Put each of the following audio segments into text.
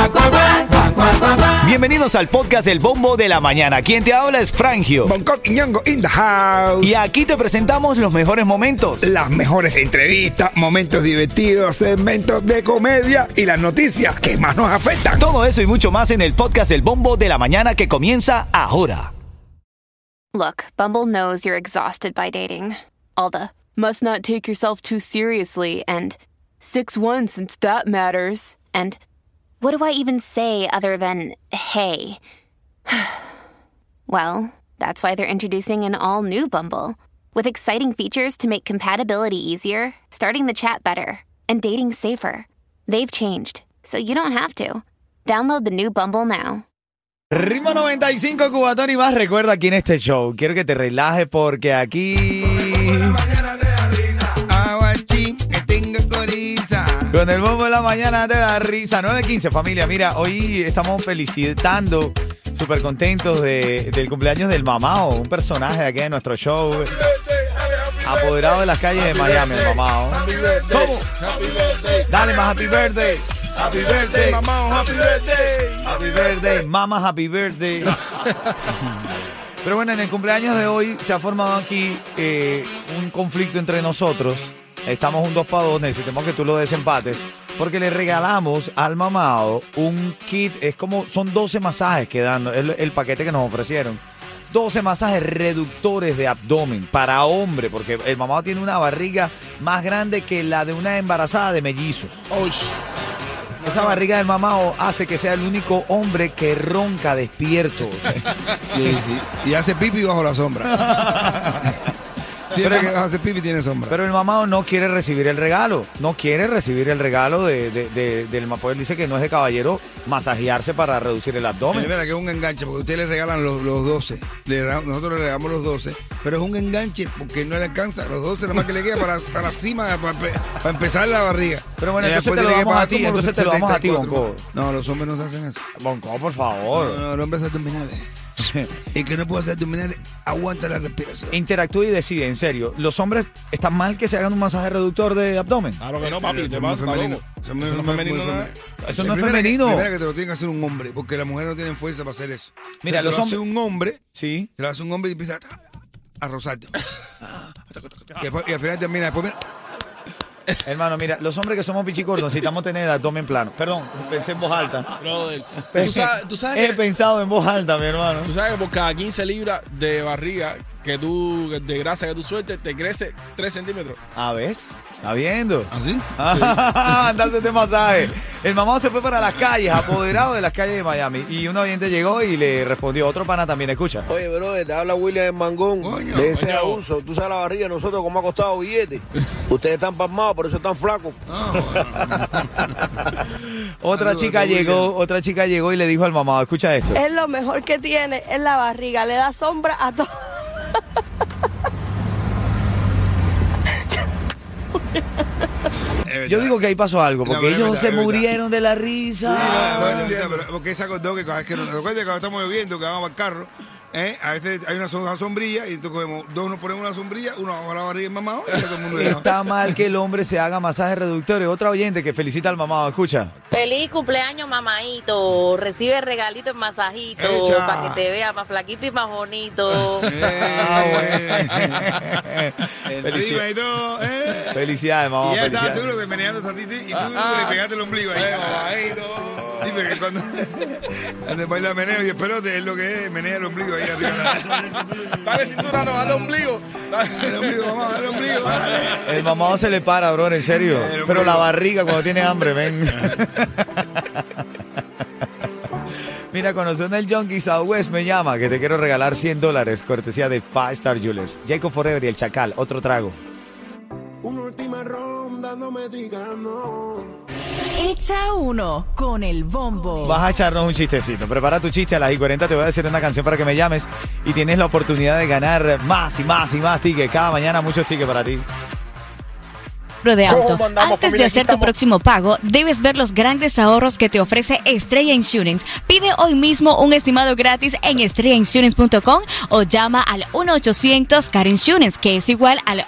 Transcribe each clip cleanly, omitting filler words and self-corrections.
Bienvenidos al podcast El Bombo de la Mañana. Quien te habla es Frangio. Bangkok y Ñongo in the house. Y aquí te presentamos los mejores momentos. Las mejores entrevistas, momentos divertidos, segmentos de comedia y las noticias que más nos afectan. Todo eso y mucho más en el podcast El Bombo de la Mañana que comienza ahora. Look, Bumble knows you're exhausted by dating. All the must not take yourself too seriously and 6'1" since that matters. And what do I even say other than hey? Well, that's why they're introducing an all-new Bumble with exciting features to make compatibility easier, starting the chat better, and dating safer. They've changed, so you don't have to. Download the new Bumble now. Ritmo 95, Cubatón y más. Recuerda aquí en este show. Quiero que te relajes porque aquí... Con el Bombo de la Mañana te da risa. 9:15, familia. Mira, hoy estamos felicitando, súper contentos del cumpleaños del Mamao, un personaje de aquí de nuestro show, apoderado de las calles de Miami, el Mamao. ¿Cómo? Dale más happy birthday. Happy birthday, Mamao, happy birthday. Happy birthday, mama, happy birthday. Pero bueno, en el cumpleaños de hoy se ha formado aquí un conflicto entre nosotros. Estamos un 2-2, necesitamos que tú lo desempates, porque le regalamos al Mamao un kit, son 12 masajes que dan, el paquete que nos ofrecieron. 12 masajes reductores de abdomen para hombre, porque el Mamao tiene una barriga más grande que la de una embarazada de mellizos. Esa barriga del Mamao hace que sea el único hombre que ronca despierto. Y hace pipi bajo la sombra. Siempre que hace pipi tiene sombra. Pero el Mamao no quiere recibir el regalo. No quiere recibir el regalo del Mamao. Él dice que no es de caballero masajearse para reducir el abdomen. Mira, que es un enganche, porque ustedes le regalan los 12. Nosotros le regalamos los 12. Pero es un enganche porque no le alcanza. Los 12 nada más que le queda para cima, para empezar la barriga. Pero bueno, entonces te lo damos a ti. Entonces te lo damos a ti, Bonco. No, los hombres no se hacen eso. Bonco, por favor. No, los hombres abdominales. Y que no puede hacer abdominales, aguanta la respiración. Interactúa y decide, en serio. ¿Los hombres están mal que se hagan un masaje reductor de abdomen? Claro que no, papi. Te vas femenino. Eso no es femenino. Eso no es femenino. Primero que te lo tiene que hacer un hombre, porque las mujeres no tienen fuerza para hacer eso. Mira, los hombres. un hombre. Sí. Te lo hace un hombre y empieza a rozarte. Y al final termina. Después mira. Hermano, mira, los hombres que somos pichicortos necesitamos tener el abdomen plano. Perdón, pensé en voz alta. Brother, ¿tú sabes He pensado en voz alta, mi hermano. Tú sabes que por cada 15 libras de barriga de grasa que tú sueltes, te crece 3 centímetros. ¿Ves? ¿Está viendo? ¿Así? Andarse de masaje. El Mamao se fue para las calles, apoderado de las calles de Miami. Y un oyente llegó y le respondió. Otro pana también, escucha. Oye, brother, te habla William de Mangón. Coño, de ese abuso. Tú sabes la barriga de nosotros cómo ha costado billetes. Ustedes están pasmados, por eso están flacos. Otra chica llegó y le dijo al Mamao, escucha esto. Es lo mejor que tiene, es la barriga. Le da sombra a todo. Yo digo que ahí pasó algo, porque ellos se murieron de la risa. Sí, pero porque se acordó que cuando estamos bebiendo, que vamos al carro, a veces hay una sombrilla y entonces dos nos ponemos una sombrilla, uno bajo la barriga del Mamao y todo el mundo Está mal que el hombre se haga masajes reductores. Otra oyente que felicita al Mamao, escucha. Feliz cumpleaños, mamaito. Recibe regalito en masajito para que te vea más flaquito y más bonito. Felicidades, mamá. Y ya estaba tú meneando a ti y tú le pegaste el ombligo ahí. Dime que cuando baila meneo y el pelote es lo que es, menea el ombligo ahí arriba. Dale cintura, no, dale ombligo. Dale ombligo, mamá, dale ombligo. El Mamao se le para, bro, en serio. Pero la barriga cuando tiene hambre, ven. Mira, conoció el Junkie Southwest, me llama, que te quiero regalar $100, cortesía de 5 Star Jewelers. Jacob Forever y el Chacal, otro trago. Una última ronda, no me digas no. Echa uno con el Bombo. Vas a echarnos un chistecito. Prepara tu chiste, a las 40 te voy a decir una canción para que me llames y tienes la oportunidad de ganar más y más y más tickets. Cada mañana muchos tickets para ti. de auto. ¿Cómo andamos, Antes de familia? hacer Aquí tu próximo pago, debes ver los grandes ahorros que te ofrece Estrella Insurance. Pide hoy mismo un estimado gratis en estrellainsurance.com o llama al 1-800-CAR Insurance, que es igual al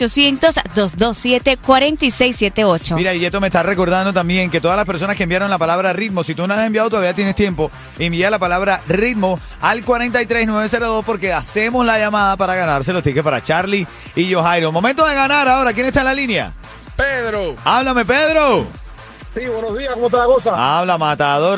1-800-227-4678. Mira, y Yeto me está recordando también que todas las personas que enviaron la palabra ritmo, si tú no la has enviado todavía tienes tiempo, envía la palabra ritmo al 43902 porque hacemos la llamada para ganarse los tickets para Charlie y yo, Jairo. Momento de ganar ahora. ¿Quién está en la línea? Pedro. Háblame, Pedro. Sí, buenos días, ¿cómo está la cosa? Habla, matador.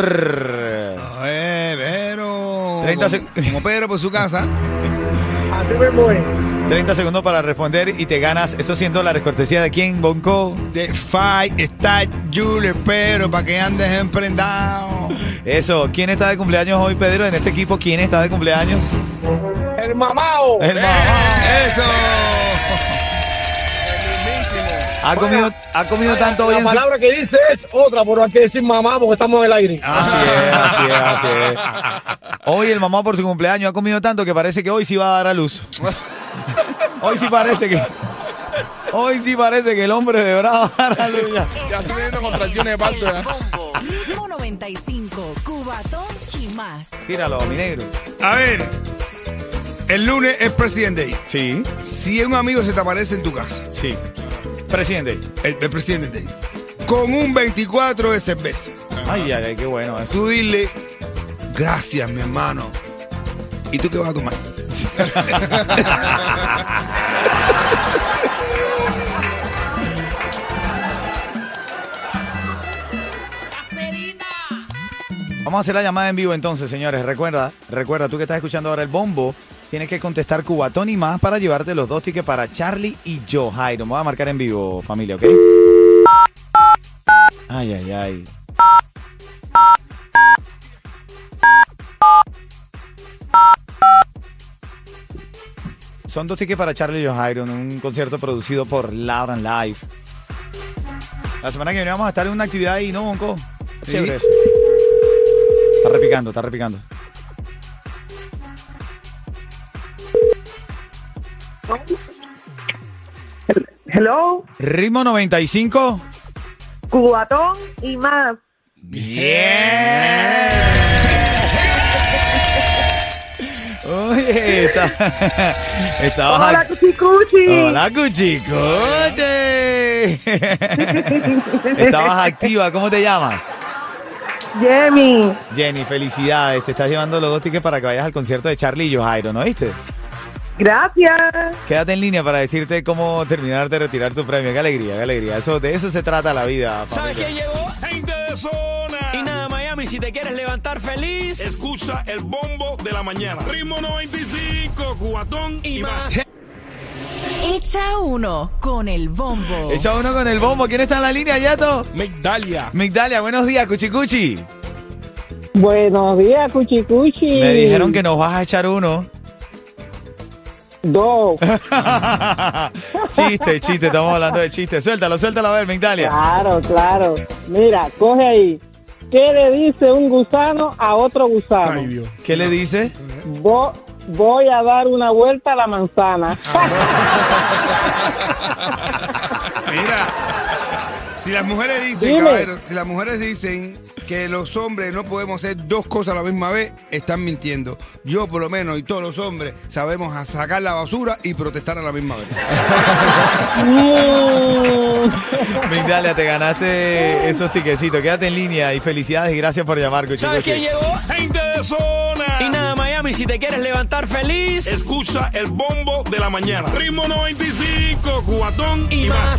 Pedro. 30 como Pedro por su casa. Así mismo es. 30 segundos para responder y te ganas esos $100. ¿Cortesía de quién, Bonco? De Five Star Jewelry, Pedro, para que andes emprendado. Eso. ¿Quién está de cumpleaños hoy, Pedro? En este equipo, ¿quién está de cumpleaños? El mamao. El mamá. Eso. ¿Ha comido tanto hoy La en su... palabra que dice es otra, pero hay que decir mamá porque estamos en el aire. Así es. Hoy el mamá por su cumpleaños ha comido tanto que parece que hoy sí va a dar a luz. Hoy sí parece que el hombre de verdad va a dar a luz ya. Ya estoy teniendo contracciones de parto. ¿Ya? Ritmo 95, Cubatón y más. Tíralo, mi negro. A ver, el lunes es President Day. Sí. Si un amigo se te aparece en tu casa, Sí. Presidente. el President Day, con un 24 de cerveza, Ay, qué bueno eso. tú dile, gracias, mi hermano. ¿Y tú qué vas a tomar? Vamos a hacer la llamada en vivo entonces, señores. Recuerda, tú que estás escuchando ahora el bombo, tienes que contestar Cubatón y más para llevarte los 2 tickets para Charlie y yo, Jairo. Me voy a marcar en vivo, familia, ¿ok? Ay. Son 2 tickets para Charlie y yo, Jairo, en un concierto producido por Loud and Live. La semana que viene vamos a estar en una actividad ahí, ¿no, Bonco? Sí. Chévere eso. Está repicando. Hello, Ritmo 95. Cubatón y más. Bien. Oye, estabas Hola, Cuchicuchi. Hola, Cuchicuchi. Estabas activa. ¿Cómo te llamas? Jenny, felicidades. Te estás llevando los 2 tickets para que vayas al concierto de Charlie y yo, Jairo, ¿no viste? Gracias. Quédate en línea para decirte cómo terminar de retirar tu premio. Qué alegría. De eso se trata la vida, ¿Sabes familia. quién llegó? Gente de zona. Y nada, Miami, si te quieres levantar feliz, Escucha el bombo de la mañana. Ritmo 95, Cubatón y más. Echa uno con el bombo. Echa uno con el bombo. ¿Quién está en la línea, Yato? Migdalia. Migdalia, buenos días, Cuchicuchi. Buenos días, Cuchicuchi. Me dijeron que nos vas a echar uno. 2. Chiste, estamos hablando de chiste. Suéltalo a ver, Migdalia. Claro. Mira, coge ahí. ¿Qué le dice un gusano a otro gusano? Ay, Dios. ¿Qué le dice? Voy a dar una vuelta a la manzana. Mira, si las mujeres dicen, Dime. caballeros, si las mujeres dicen que los hombres no podemos hacer 2 cosas a la misma vez, están mintiendo. Yo, por lo menos, y todos los hombres, sabemos a sacar la basura y protestar a la misma vez. Migdalia, te ganaste esos tiquecitos. Quédate en línea y felicidades y gracias por llamar, ¿sabes quién Cuchicuchi. llegó? Gente de zona. Y nada, Miami, si te quieres levantar feliz, Escucha el bombo de la mañana. Ritmo 95, Cubatón y más.